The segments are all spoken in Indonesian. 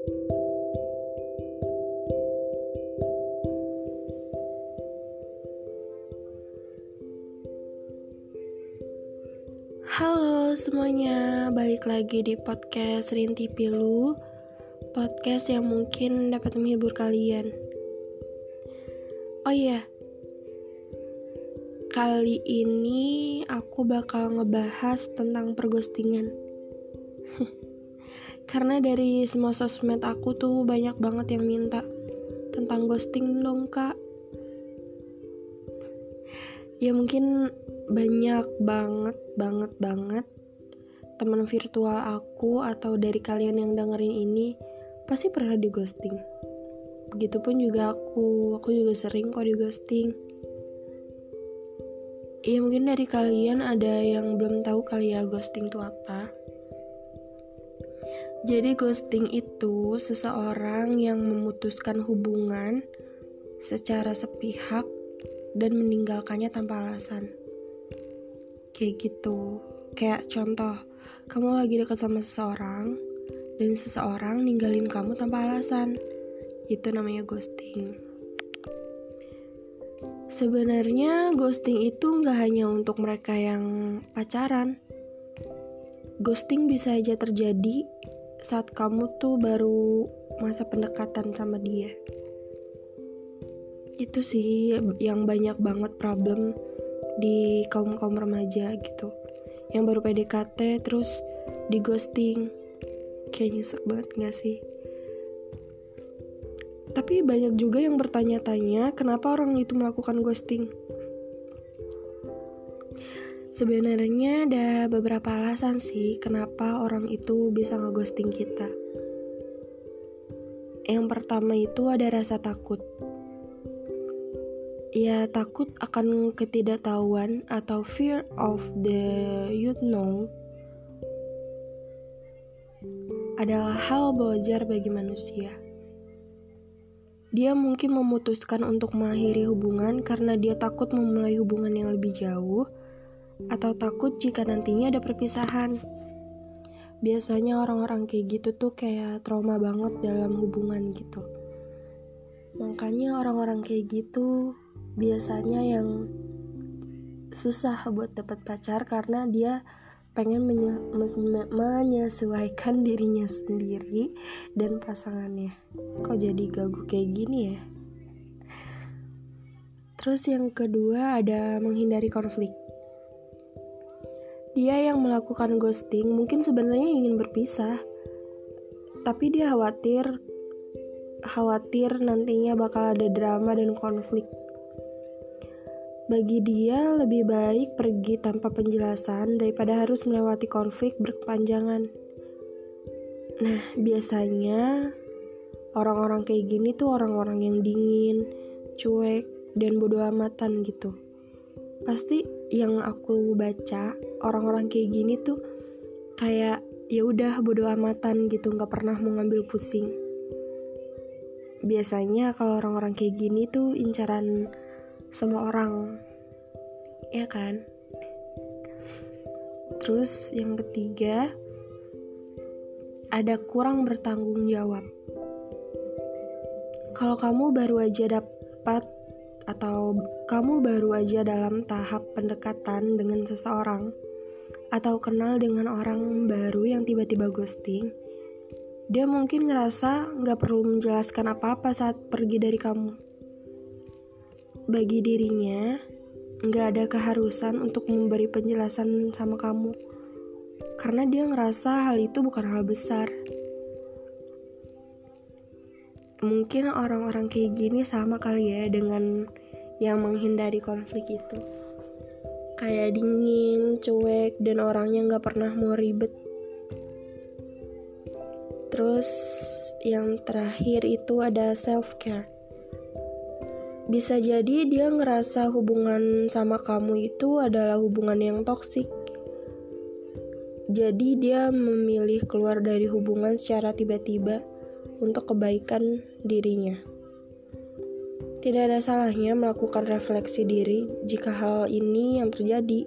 Halo semuanya, balik lagi di podcast Rinti Pilu, podcast yang mungkin dapat menghibur kalian. Oh iya, kali ini aku bakal ngebahas tentang perghostingan. Karena dari semua sosmed aku tuh banyak banget yang minta tentang ghosting dong kak. Ya mungkin banyak banget teman virtual aku atau dari kalian yang dengerin ini pasti pernah di ghosting. Begitupun juga aku juga sering kok di ghosting. Ya mungkin dari kalian ada yang belum tahu kali ya ghosting itu apa. Jadi ghosting itu seseorang yang memutuskan hubungan secara sepihak dan meninggalkannya tanpa alasan. Kayak gitu. Kayak contoh, kamu lagi dekat sama seseorang dan seseorang ninggalin kamu tanpa alasan. Itu namanya ghosting. Sebenarnya ghosting itu gak hanya untuk mereka yang pacaran. Ghosting bisa aja terjadi saat kamu tuh baru masa pendekatan sama dia. Itu sih yang banyak banget problem di kaum remaja gitu, yang baru PDKT terus di ghosting. Kayak nyesek banget gak sih? Tapi banyak juga yang bertanya-tanya kenapa orang itu melakukan ghosting. Sebenarnya ada beberapa alasan sih kenapa orang itu bisa ngeghosting kita. Yang pertama itu ada rasa takut. Ya, takut akan ketidaktahuan atau fear of the unknown adalah hal wajar bagi manusia. Dia mungkin memutuskan untuk mengakhiri hubungan karena dia takut memulai hubungan yang lebih jauh atau takut jika nantinya ada perpisahan. Biasanya orang-orang kayak gitu tuh kayak trauma banget dalam hubungan gitu. Makanya orang-orang kayak gitu biasanya yang susah buat dapat pacar karena dia pengen menyesuaikan dirinya sendiri dan pasangannya. Kok jadi gagu kayak gini ya? Terus yang kedua ada menghindari konflik. Dia yang melakukan ghosting mungkin sebenarnya ingin berpisah, tapi dia khawatir nantinya bakal ada drama dan konflik. Bagi dia lebih baik pergi tanpa penjelasan daripada harus melewati konflik berkepanjangan. Nah, biasanya orang-orang kayak gini tuh orang-orang yang dingin, cuek, dan bodo amatan gitu. Pasti yang aku baca, orang-orang kayak gini tuh kayak ya udah bodo amatan gitu, nggak pernah mau ngambil pusing. Biasanya kalau orang-orang kayak gini tuh incaran sama orang, ya kan? Terus yang ketiga ada kurang bertanggung jawab. Kalau kamu baru aja dapat atau kamu baru aja dalam tahap pendekatan dengan seseorang atau kenal dengan orang baru yang tiba-tiba ghosting, dia mungkin ngerasa gak perlu menjelaskan apa-apa saat pergi dari kamu. Bagi dirinya gak ada keharusan untuk memberi penjelasan sama kamu karena dia ngerasa hal itu bukan hal besar. Mungkin orang-orang kayak gini sama kali ya dengan yang menghindari konflik itu. Kayak dingin, cuek, dan orangnya gak pernah mau ribet. Terus yang terakhir itu ada self-care. Bisa jadi dia ngerasa hubungan sama kamu itu adalah hubungan yang toksik. Jadi dia memilih keluar dari hubungan secara tiba-tiba untuk kebaikan dirinya. Tidak ada salahnya melakukan refleksi diri jika hal ini yang terjadi.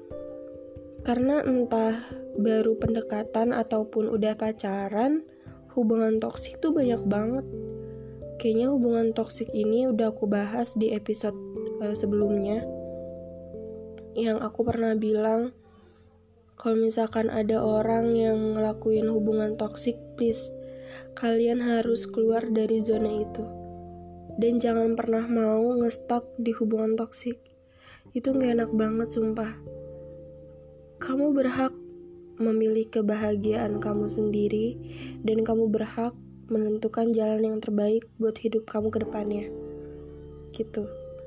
Karena entah baru pendekatan ataupun udah pacaran, hubungan toksik tuh banyak banget. Kayaknya hubungan toksik ini udah aku bahas di episode sebelumnya, yang aku pernah bilang kalau misalkan ada orang yang ngelakuin hubungan toksik, please kalian harus keluar dari zona itu. Dan jangan pernah mau ngestak di hubungan toksik. Itu gak enak banget, sumpah. Kamu berhak memilih kebahagiaan kamu sendiri, dan kamu berhak menentukan jalan yang terbaik buat hidup kamu ke depannya. Gitu.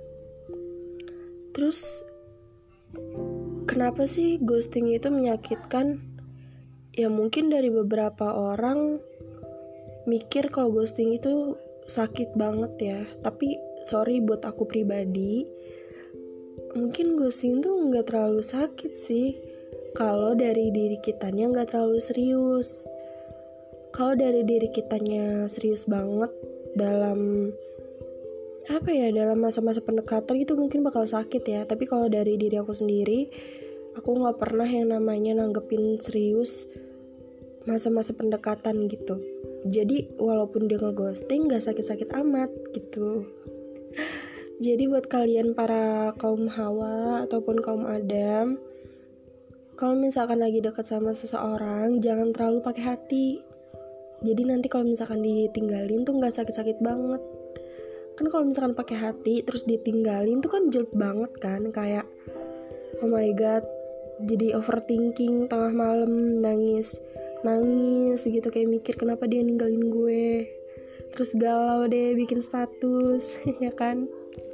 Terus, kenapa sih ghosting itu menyakitkan? Ya mungkin dari beberapa orang mikir kalau ghosting itu sakit banget ya. Tapi sorry buat aku pribadi, mungkin ghosting tuh gak terlalu sakit sih kalau dari diri kitanya gak terlalu serius. Kalau dari diri kitanya serius banget dalam dalam masa-masa pendekatan itu mungkin bakal sakit ya. Tapi kalau dari diri aku sendiri, aku gak pernah yang namanya nanggepin serius masa-masa pendekatan gitu. Jadi walaupun dia nge-ghosting gak sakit-sakit amat gitu. Jadi buat kalian para kaum Hawa ataupun kaum Adam, kalau misalkan lagi deket sama seseorang, jangan terlalu pakai hati. Jadi nanti kalau misalkan ditinggalin tuh gak sakit-sakit banget. Kan kalau misalkan pakai hati terus ditinggalin tuh kan jelek banget kan, kayak oh my god, jadi overthinking tengah malam, nangis gitu, kayak mikir kenapa dia ninggalin gue, terus galau deh bikin status ya kan.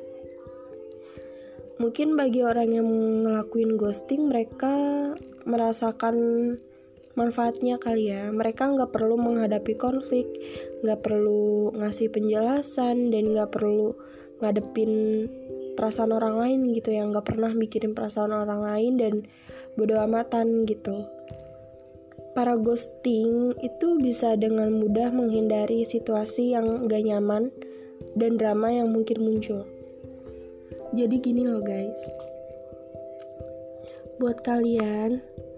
Mungkin bagi orang yang ngelakuin ghosting, mereka merasakan manfaatnya kali ya. Mereka gak perlu menghadapi konflik, gak perlu ngasih penjelasan, dan gak perlu ngadepin perasaan orang lain gitu, yang gak pernah mikirin perasaan orang lain dan bodo amatan gitu. Para ghosting itu bisa dengan mudah menghindari situasi yang gak nyaman dan drama yang mungkin muncul. Jadi gini loh guys, buat kalian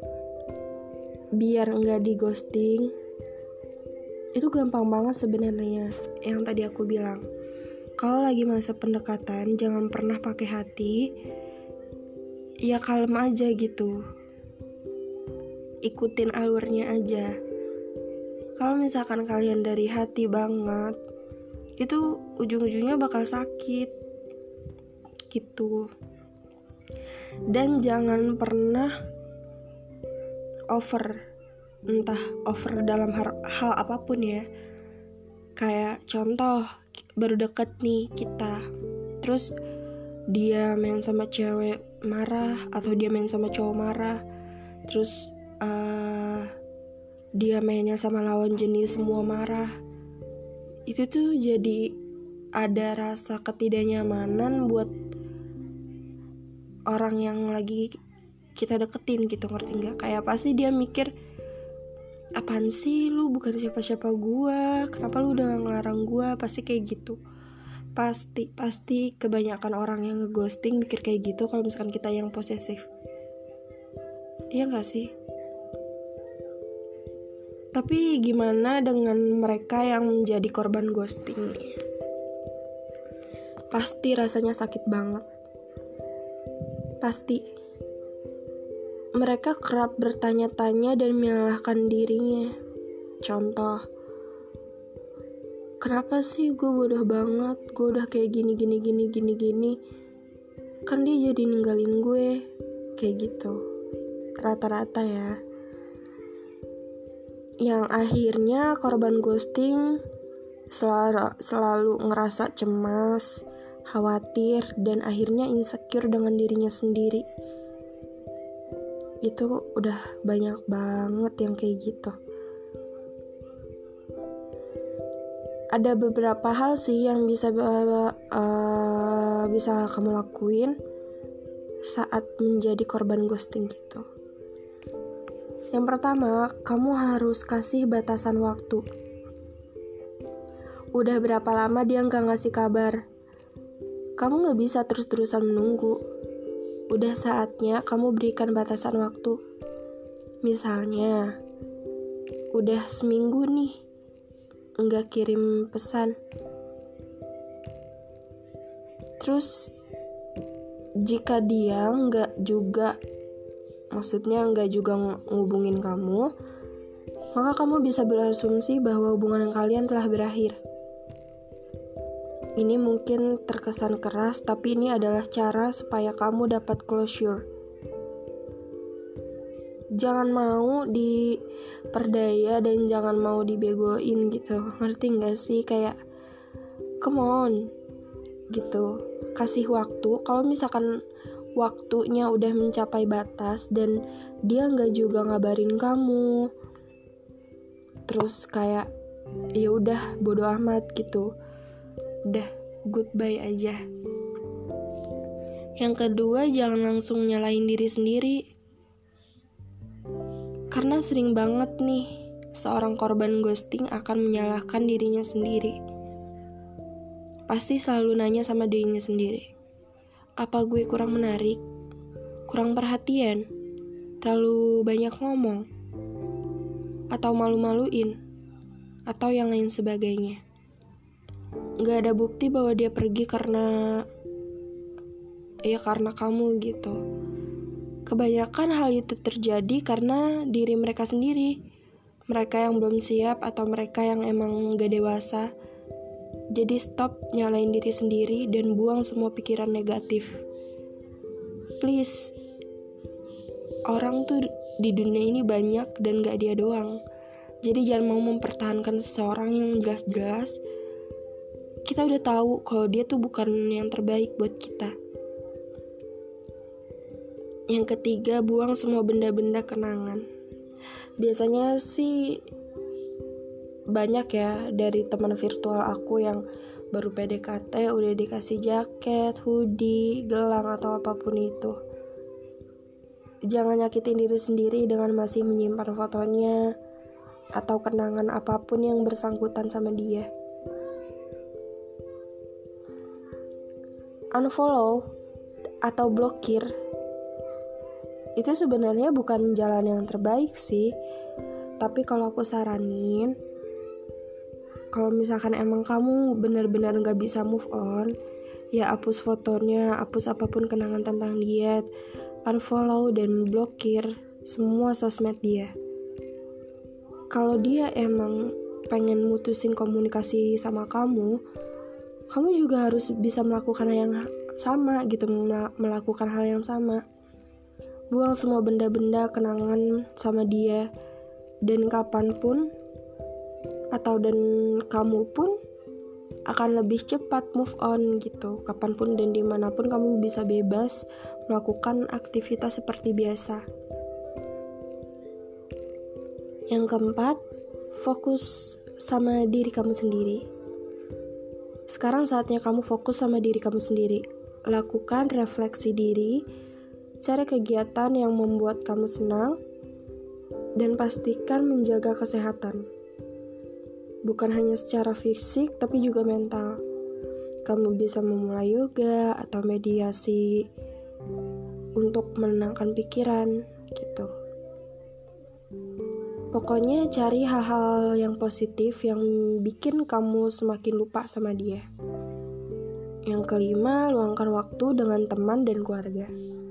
biar gak di ghosting, itu gampang banget sebenarnya. Yang tadi aku bilang, kalau lagi masa pendekatan jangan pernah pakai hati, ya kalem aja gitu, ikutin alurnya aja. Kalau misalkan kalian dari hati banget, itu ujung-ujungnya bakal sakit gitu. Dan jangan pernah over, entah over dalam hal apapun ya. Kayak contoh, baru deket nih kita, terus dia main sama cewek marah, atau dia main sama cowok marah, terus dia mainnya sama lawan jenis semua marah. Itu tuh jadi ada rasa ketidaknyamanan buat orang yang lagi kita deketin gitu, ngerti gak? Kayak pasti dia mikir, apaan sih lu, bukan siapa-siapa gua, kenapa lu udah ngelarang gua, pasti kayak gitu. Pasti kebanyakan orang yang ngeghosting mikir kayak gitu kalau misalkan kita yang posesif. Iya gak sih? Tapi gimana dengan mereka yang menjadi korban ghosting nih? Pasti rasanya sakit banget. Pasti. Mereka kerap bertanya-tanya dan menyalahkan dirinya. Contoh, kenapa sih gue bodoh banget, gue udah kayak gini. Kan dia jadi ninggalin gue. Kayak gitu. Rata-rata ya. Yang akhirnya korban ghosting selalu ngerasa cemas, khawatir, dan akhirnya insecure dengan dirinya sendiri. Itu udah banyak banget yang kayak gitu. Ada beberapa hal sih yang bisa kamu lakuin saat menjadi korban ghosting gitu. Yang pertama, kamu harus kasih batasan waktu. Udah berapa lama dia gak ngasih kabar? Kamu gak bisa terus-terusan menunggu. Udah saatnya kamu berikan batasan waktu. Misalnya, udah seminggu nih nggak kirim pesan. Terus jika dia nggak juga ngehubungin kamu, maka kamu bisa berasumsi bahwa hubungan kalian telah berakhir. Ini mungkin terkesan keras, tapi ini adalah cara supaya kamu dapat closure. Jangan mau diperdaya dan jangan mau dibegoin gitu. Ngerti gak sih? Kayak come on gitu. Kasih waktu. Kalau misalkan waktunya udah mencapai batas dan dia gak juga ngabarin kamu, terus kayak ya udah bodo amat gitu. Udah goodbye aja. Yang kedua, jangan langsung nyalahin diri sendiri. Karena sering banget nih seorang korban ghosting akan menyalahkan dirinya sendiri. Pasti selalu nanya sama dirinya sendiri. Apa gue kurang menarik? Kurang perhatian? Terlalu banyak ngomong? Atau malu-maluin? Atau yang lain sebagainya. Gak ada bukti bahwa dia pergi karena kamu gitu. Kebanyakan hal itu terjadi karena diri mereka sendiri. Mereka yang belum siap atau mereka yang emang gak dewasa. Jadi stop nyalain diri sendiri dan buang semua pikiran negatif. Please, orang tuh di dunia ini banyak dan gak dia doang. Jadi jangan mau mempertahankan seseorang yang jelas-jelas kita udah tahu kalau dia tuh bukan yang terbaik buat kita. Yang ketiga, buang semua benda-benda kenangan. Biasanya sih banyak ya dari teman virtual aku yang baru PDKT udah dikasih jaket, hoodie, gelang atau apapun itu. Jangan nyakitin diri sendiri dengan masih menyimpan fotonya atau kenangan apapun yang bersangkutan sama dia. Unfollow atau blokir itu sebenarnya bukan jalan yang terbaik sih. Tapi kalau aku saranin, kalau misalkan emang kamu benar-benar gak bisa move on, ya hapus fotonya, hapus apapun kenangan tentang dia, unfollow dan blokir semua sosmed dia. Kalau dia emang pengen mutusin komunikasi sama kamu juga harus bisa melakukan hal yang sama gitu, melakukan hal yang sama. Buang semua benda-benda kenangan sama dia, dan kapanpun dan kamu pun akan lebih cepat move on gitu. Kapanpun dan dimanapun kamu bisa bebas melakukan aktivitas seperti biasa. Yang keempat, fokus sama diri kamu sendiri. Sekarang saatnya kamu fokus sama diri kamu sendiri. Lakukan refleksi diri, cari kegiatan yang membuat kamu senang, dan pastikan menjaga kesehatan. Bukan hanya secara fisik, tapi juga mental. Kamu bisa memulai yoga atau mediasi untuk menenangkan pikiran, gitu. Pokoknya cari hal-hal yang positif yang bikin kamu semakin lupa sama dia. Yang kelima, luangkan waktu dengan teman dan keluarga.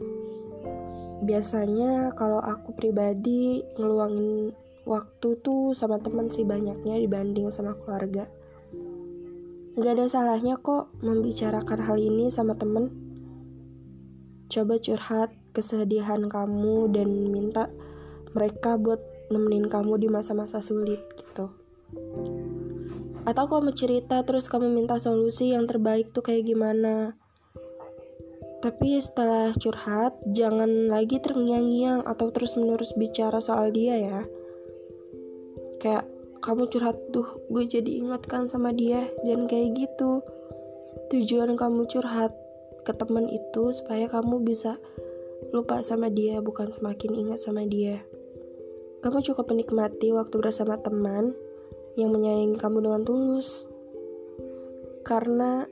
Biasanya kalau aku pribadi ngeluangin waktu tuh sama teman sih banyaknya dibanding sama keluarga. Gak ada salahnya kok membicarakan hal ini sama teman. Coba curhat kesedihan kamu dan minta mereka buat nemenin kamu di masa-masa sulit gitu. Atau kamu cerita terus kamu minta solusi yang terbaik tuh kayak gimana. Tapi setelah curhat, jangan lagi terngiang-ngiang atau terus-menerus bicara soal dia ya. Kayak kamu curhat, gue jadi ingat kan sama dia. Jangan kayak gitu. Tujuan kamu curhat ke teman itu supaya kamu bisa lupa sama dia, bukan semakin ingat sama dia. Kamu cukup menikmati waktu bersama teman yang menyayangi kamu dengan tulus. Karena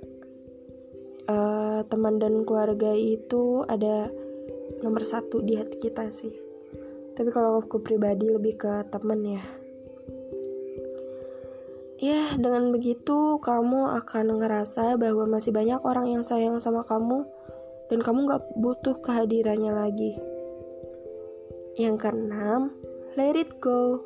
teman dan keluarga itu ada nomor 1 di hati kita sih. Tapi kalau aku pribadi lebih ke teman ya. Ya, dengan begitu kamu akan ngerasa bahwa masih banyak orang yang sayang sama kamu dan kamu gak butuh kehadirannya lagi. Yang keenam, let it go.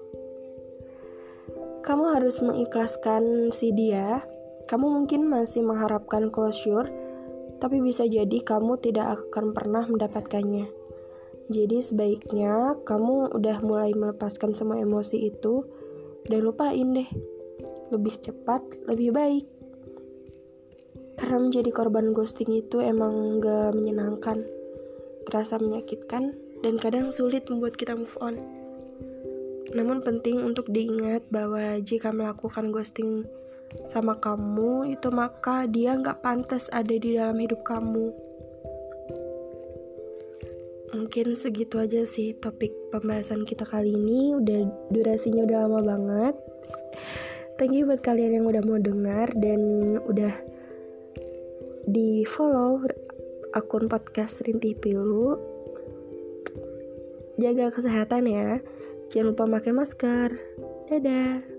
Kamu harus mengikhlaskan si dia. Kamu mungkin masih mengharapkan closure, tapi bisa jadi kamu tidak akan pernah mendapatkannya. Jadi sebaiknya kamu udah mulai melepaskan semua emosi itu dan lupain deh. Lebih cepat, lebih baik. Karena menjadi korban ghosting itu emang gak menyenangkan, terasa menyakitkan, dan kadang sulit membuat kita move on. Namun penting untuk diingat bahwa jika melakukan ghosting sama kamu itu, maka dia gak pantas ada di dalam hidup kamu. Mungkin segitu aja sih topik pembahasan kita kali ini. Durasinya udah lama banget. Thank you buat kalian yang udah mau dengar dan udah di follow akun podcast Rintih Pilu. Jaga kesehatan ya. Jangan lupa pakai masker. Dadah.